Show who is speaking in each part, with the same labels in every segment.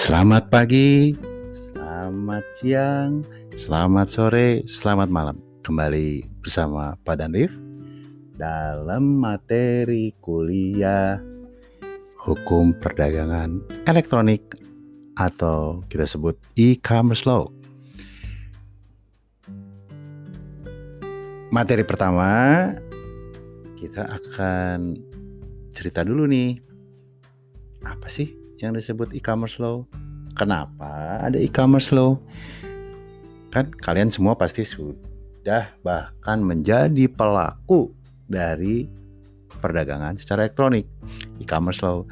Speaker 1: Selamat pagi, selamat siang, selamat sore, selamat malam. Kembali bersama Pak Danif dalam materi kuliah Hukum Perdagangan Elektronik atau kita sebut e-commerce law. Materi pertama, kita akan cerita dulu nih. Apa sih yang disebut e-commerce law? Kenapa ada e-commerce law? Kan kalian semua pasti sudah bahkan menjadi pelaku dari perdagangan secara elektronik, e-commerce law.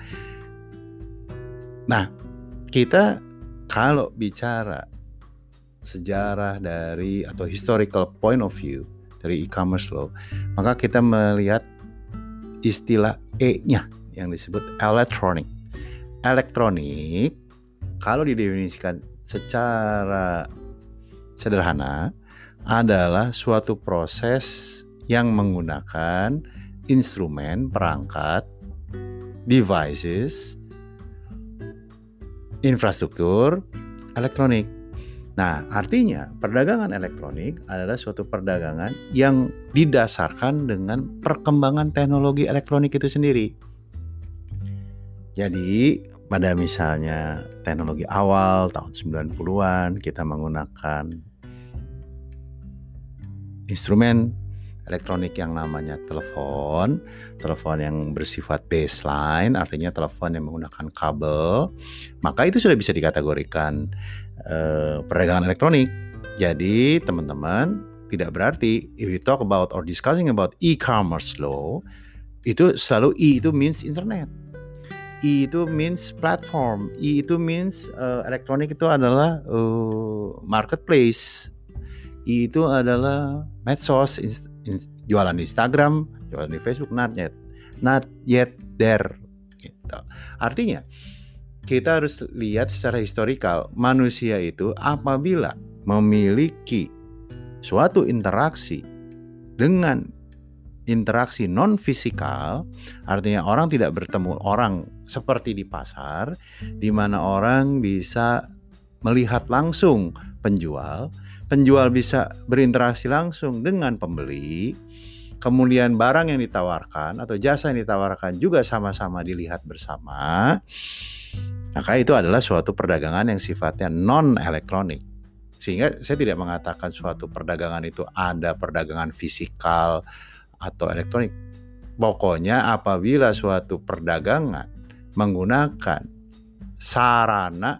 Speaker 1: Nah, kita kalau bicara sejarah dari atau historical point of view dari e-commerce law, maka kita melihat istilah E-nya yang disebut electronic. Elektronik kalau didefinisikan secara sederhana adalah suatu proses yang menggunakan instrumen, perangkat, devices, infrastruktur elektronik. Nah, artinya perdagangan elektronik adalah suatu perdagangan yang didasarkan dengan perkembangan teknologi elektronik itu sendiri. Jadi, pada misalnya teknologi awal tahun 90-an kita menggunakan instrumen elektronik yang namanya telepon yang bersifat baseline, artinya telepon yang menggunakan kabel, maka itu sudah bisa dikategorikan perdagangan elektronik. Jadi teman-teman, tidak berarti if we talk about or discussing about e-commerce law, itu selalu E itu means internet, E itu means platform, E itu means elektronik itu adalah marketplace, E itu adalah medsos, jualan di Instagram, jualan di Facebook, not yet there gitu. Artinya kita harus lihat secara historikal, manusia itu apabila memiliki suatu interaksi dengan interaksi non fisikal, artinya orang tidak bertemu orang seperti di pasar, di mana orang bisa melihat langsung penjual bisa berinteraksi langsung dengan pembeli, kemudian barang yang ditawarkan atau jasa yang ditawarkan juga sama-sama dilihat bersama, maka itu adalah suatu perdagangan yang sifatnya non-elektronik. Sehingga saya tidak mengatakan suatu perdagangan itu ada perdagangan fisikal atau elektronik. Pokoknya apabila suatu perdagangan menggunakan sarana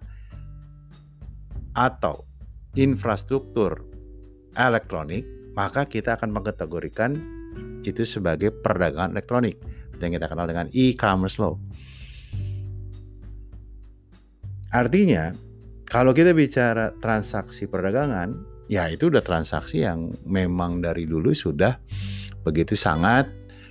Speaker 1: atau infrastruktur elektronik, maka kita akan mengkategorikan itu sebagai perdagangan elektronik yang kita kenal dengan e-commerce law. Artinya, kalau kita bicara transaksi perdagangan, ya itu udah transaksi yang memang dari dulu sudah begitu sangat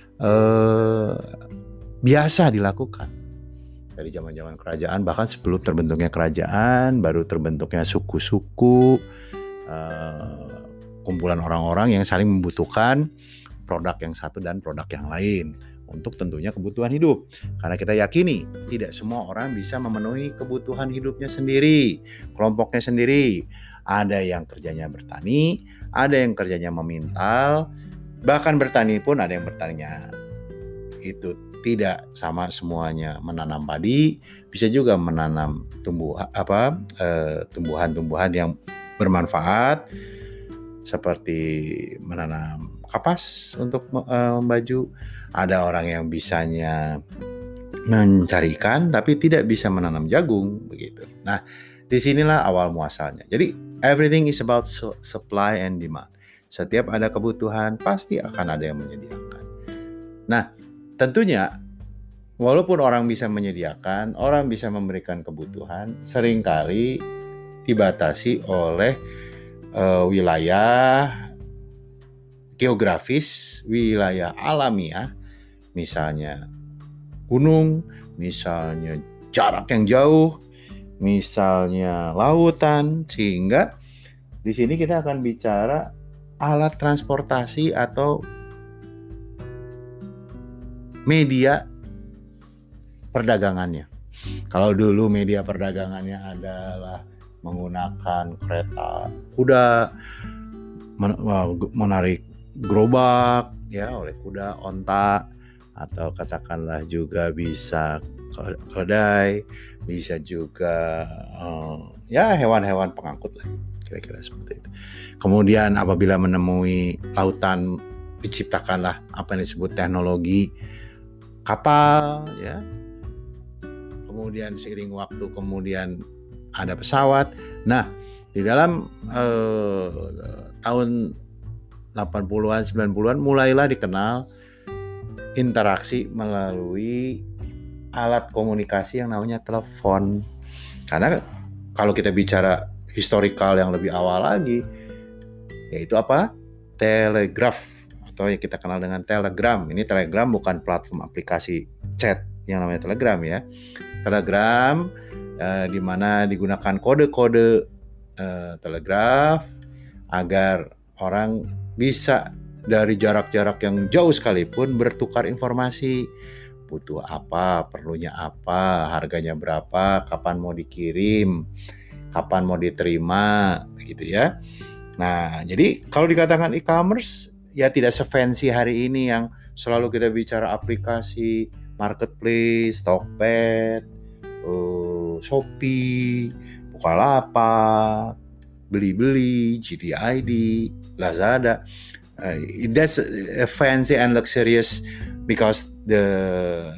Speaker 1: biasa dilakukan. Dari zaman-zaman kerajaan, bahkan sebelum terbentuknya kerajaan, baru terbentuknya suku-suku, kumpulan orang-orang yang saling membutuhkan produk yang satu dan produk yang lain untuk tentunya kebutuhan hidup. Karena kita yakini tidak semua orang bisa memenuhi kebutuhan hidupnya sendiri, kelompoknya sendiri. Ada yang kerjanya bertani, ada yang kerjanya memintal, bahkan bertani pun ada yang bertaninya itu tidak sama semuanya, menanam padi, bisa juga menanam tumbuhan-tumbuhan yang bermanfaat seperti menanam kapas untuk baju. Ada orang yang bisanya mencari ikan tapi tidak bisa menanam jagung begitu. Nah, disinilah awal muasalnya. Jadi everything is about supply and demand. Setiap ada kebutuhan pasti akan ada yang menyediakan. Nah, tentunya walaupun orang bisa menyediakan, orang bisa memberikan kebutuhan, seringkali dibatasi oleh wilayah geografis, wilayah alamiah, misalnya gunung, misalnya jarak yang jauh, misalnya lautan, sehingga di sini kita akan bicara alat transportasi atau media perdagangannya. Kalau dulu media perdagangannya adalah menggunakan kereta kuda, menarik gerobak ya oleh kuda, onta, atau katakanlah juga bisa keledai, bisa juga ya hewan-hewan pengangkut lah, kira-kira seperti itu. Kemudian apabila menemui lautan, diciptakanlah apa yang disebut teknologi kapal ya. Kemudian seiring waktu kemudian ada pesawat. Nah, di dalam tahun 80-an, 90-an mulailah dikenal interaksi melalui alat komunikasi yang namanya telepon. Karena kalau kita bicara historical yang lebih awal lagi, yaitu apa? Telegraf, atau yang kita kenal dengan Telegram. Ini Telegram bukan platform aplikasi chat yang namanya Telegram ya. Telegram di mana digunakan kode-kode telegraf agar orang bisa dari jarak-jarak yang jauh sekalipun bertukar informasi. Butuh apa, perlunya apa, harganya berapa, kapan mau dikirim, kapan mau diterima, begitu ya. Nah, jadi kalau dikatakan e-commerce ya tidak se-fancy hari ini yang selalu kita bicara aplikasi marketplace, Tokped, Shopee, Bukalapak, Beli-beli, JDID, Lazada. That's fancy and luxurious because the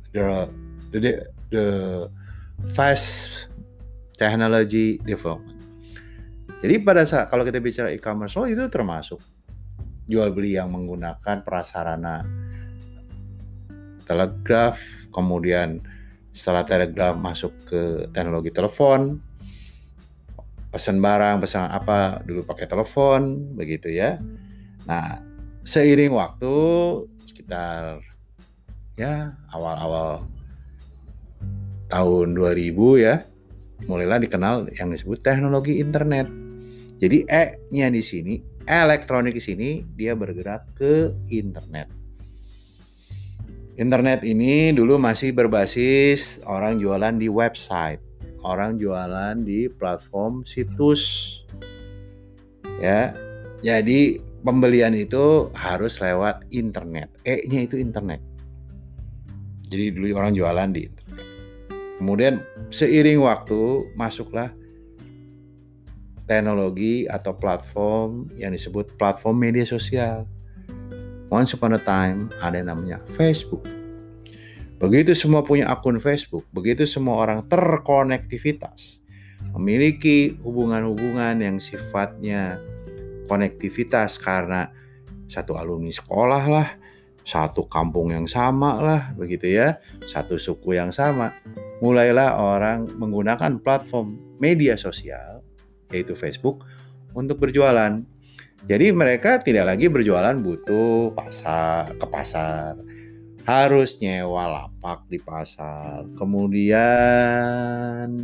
Speaker 1: fast technology development. Jadi pada saat kalau kita bicara e-commerce, itu termasuk jual beli yang menggunakan prasarana telegraf, kemudian setelah telegraf masuk ke teknologi telepon, pesan barang, pesan apa dulu pakai telepon, begitu ya. Nah, seiring waktu sekitar ya awal-awal tahun 2000 ya, mulailah dikenal yang disebut teknologi internet. Jadi E-nya di sini, elektronik di sini dia bergerak ke internet. Internet ini dulu masih berbasis orang jualan di website, orang jualan di platform situs. Ya. Jadi pembelian itu harus lewat internet. E-nya itu internet. Jadi dulu orang jualan di internet. Kemudian seiring waktu masuklah teknologi atau platform yang disebut platform media sosial. Once upon a time ada yang namanya Facebook. Begitu semua punya akun Facebook, begitu semua orang terkonektivitas, memiliki hubungan-hubungan yang sifatnya konektivitas karena satu alumni sekolah lah, satu kampung yang sama lah, begitu ya, satu suku yang sama. Mulailah orang menggunakan platform media sosial, yaitu Facebook, untuk berjualan. Jadi mereka tidak lagi berjualan butuh ke pasar, harus nyewa lapak di pasar, kemudian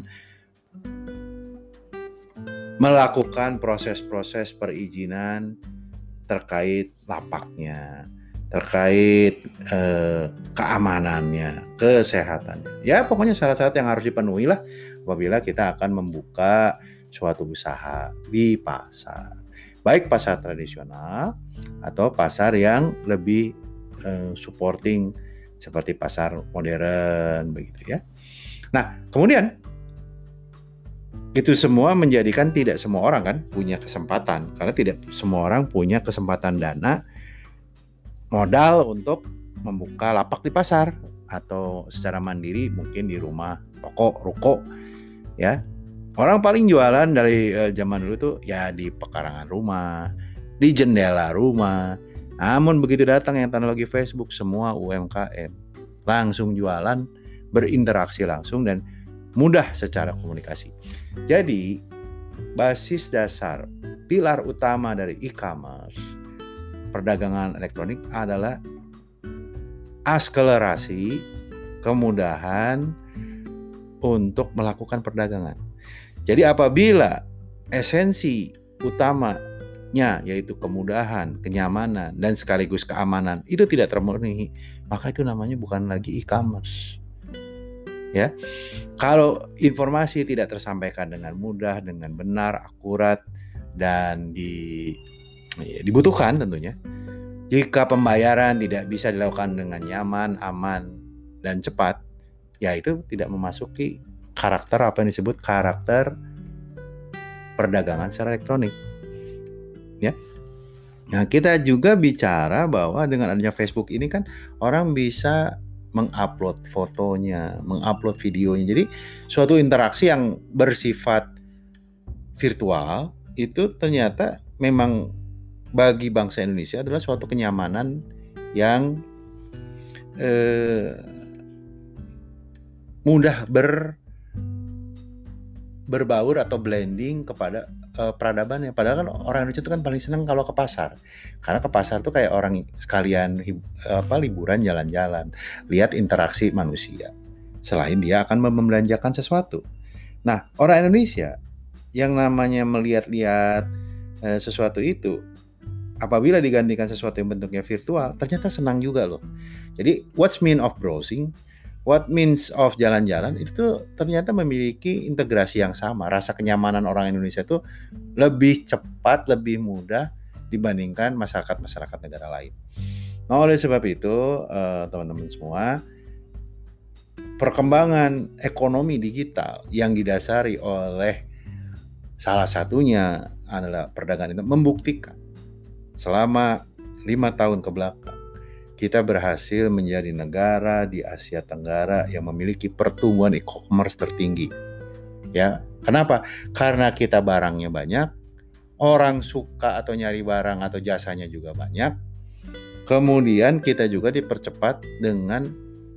Speaker 1: melakukan proses-proses perizinan terkait lapaknya, terkait keamanannya, kesehatannya. Ya pokoknya syarat-syarat yang harus dipenuhi lah apabila kita akan membuka suatu usaha di pasar. Baik pasar tradisional atau pasar yang lebih supporting seperti pasar modern begitu ya. Nah, kemudian itu semua menjadikan tidak semua orang kan punya kesempatan, karena tidak semua orang punya kesempatan dana modal untuk membuka lapak di pasar atau secara mandiri mungkin di rumah, toko, ruko ya. Orang paling jualan dari zaman dulu tuh ya di pekarangan rumah, di jendela rumah. Namun begitu datang yang teknologi Facebook, semua UMKM langsung jualan, berinteraksi langsung dan mudah secara komunikasi. Jadi basis dasar, pilar utama dari e-commerce, perdagangan elektronik adalah akselerasi, kemudahan untuk melakukan perdagangan. Jadi apabila esensi utamanya yaitu kemudahan, kenyamanan, dan sekaligus keamanan itu tidak terpenuhi, maka itu namanya bukan lagi e-commerce. ya. Kalau informasi tidak tersampaikan dengan mudah, dengan benar, akurat, dan dibutuhkan tentunya, jika pembayaran tidak bisa dilakukan dengan nyaman, aman, dan cepat, ya itu tidak memasuki karakter apa yang disebut karakter perdagangan secara elektronik, ya. Nah, kita juga bicara bahwa dengan adanya Facebook ini kan orang bisa mengupload fotonya, mengupload videonya. Jadi suatu interaksi yang bersifat virtual itu ternyata memang bagi bangsa Indonesia adalah suatu kenyamanan yang mudah berbaur atau blending kepada peradabannya. Padahal kan orang Indonesia itu kan paling senang kalau ke pasar, karena ke pasar tuh kayak orang sekalian liburan, jalan-jalan, lihat interaksi manusia selain dia akan membelanjakan sesuatu. Nah, orang Indonesia yang namanya melihat-lihat sesuatu itu, apabila digantikan sesuatu yang bentuknya virtual, ternyata senang juga loh. Jadi what's mean of browsing, what means of jalan-jalan itu ternyata memiliki integrasi yang sama. Rasa kenyamanan orang Indonesia itu lebih cepat, lebih mudah dibandingkan masyarakat-masyarakat negara lain. Nah, oleh sebab itu teman-teman semua, perkembangan ekonomi digital yang didasari oleh salah satunya adalah perdagangan itu membuktikan selama 5 tahun ke belakang kita berhasil menjadi negara di Asia Tenggara yang memiliki pertumbuhan e-commerce tertinggi. Ya, kenapa? Karena kita barangnya banyak, orang suka atau nyari barang atau jasanya juga banyak. Kemudian kita juga dipercepat dengan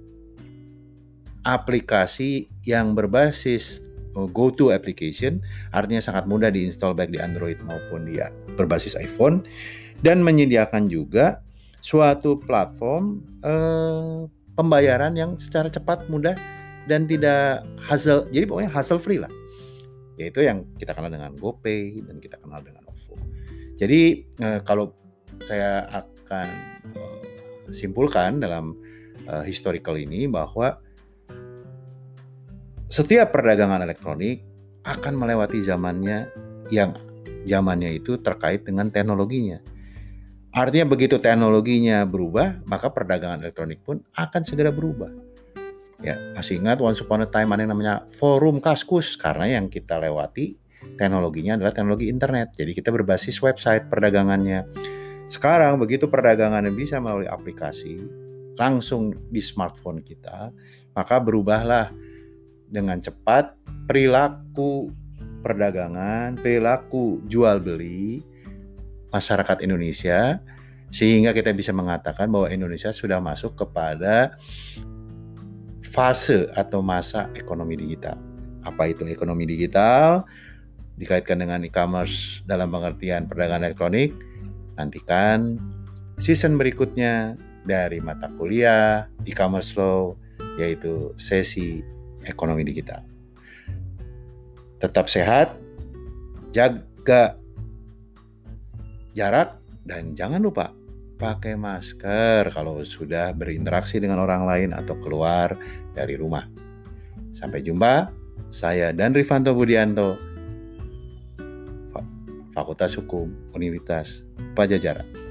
Speaker 1: aplikasi yang berbasis go-to application, artinya sangat mudah diinstal baik di Android maupun di berbasis iPhone, dan menyediakan juga suatu platform pembayaran yang secara cepat, mudah, dan tidak hassle. Jadi pokoknya hassle free lah. Yaitu yang kita kenal dengan GoPay dan kita kenal dengan OVO. Jadi kalau saya akan simpulkan dalam historical ini bahwa setiap perdagangan elektronik akan melewati zamannya, yang zamannya itu terkait dengan teknologinya. Artinya begitu teknologinya berubah, maka perdagangan elektronik pun akan segera berubah. Ya, masih ingat once upon a time ada yang namanya forum Kaskus, karena yang kita lewati teknologinya adalah teknologi internet. Jadi kita berbasis website perdagangannya. Sekarang begitu perdagangannya bisa melalui aplikasi langsung di smartphone kita, maka berubahlah dengan cepat perilaku perdagangan, perilaku jual beli masyarakat Indonesia, sehingga kita bisa mengatakan bahwa Indonesia sudah masuk kepada fase atau masa ekonomi digital. Apa itu ekonomi digital? Dikaitkan dengan e-commerce dalam pengertian perdagangan elektronik. Nantikan season berikutnya dari mata kuliah e-commerce law, yaitu sesi ekonomi digital. Tetap sehat, jaga jarak, dan jangan lupa pakai masker kalau sudah berinteraksi dengan orang lain atau keluar dari rumah. Sampai jumpa, saya Dan Rifanto Budianto, Fakultas Hukum Universitas Padjadjaran.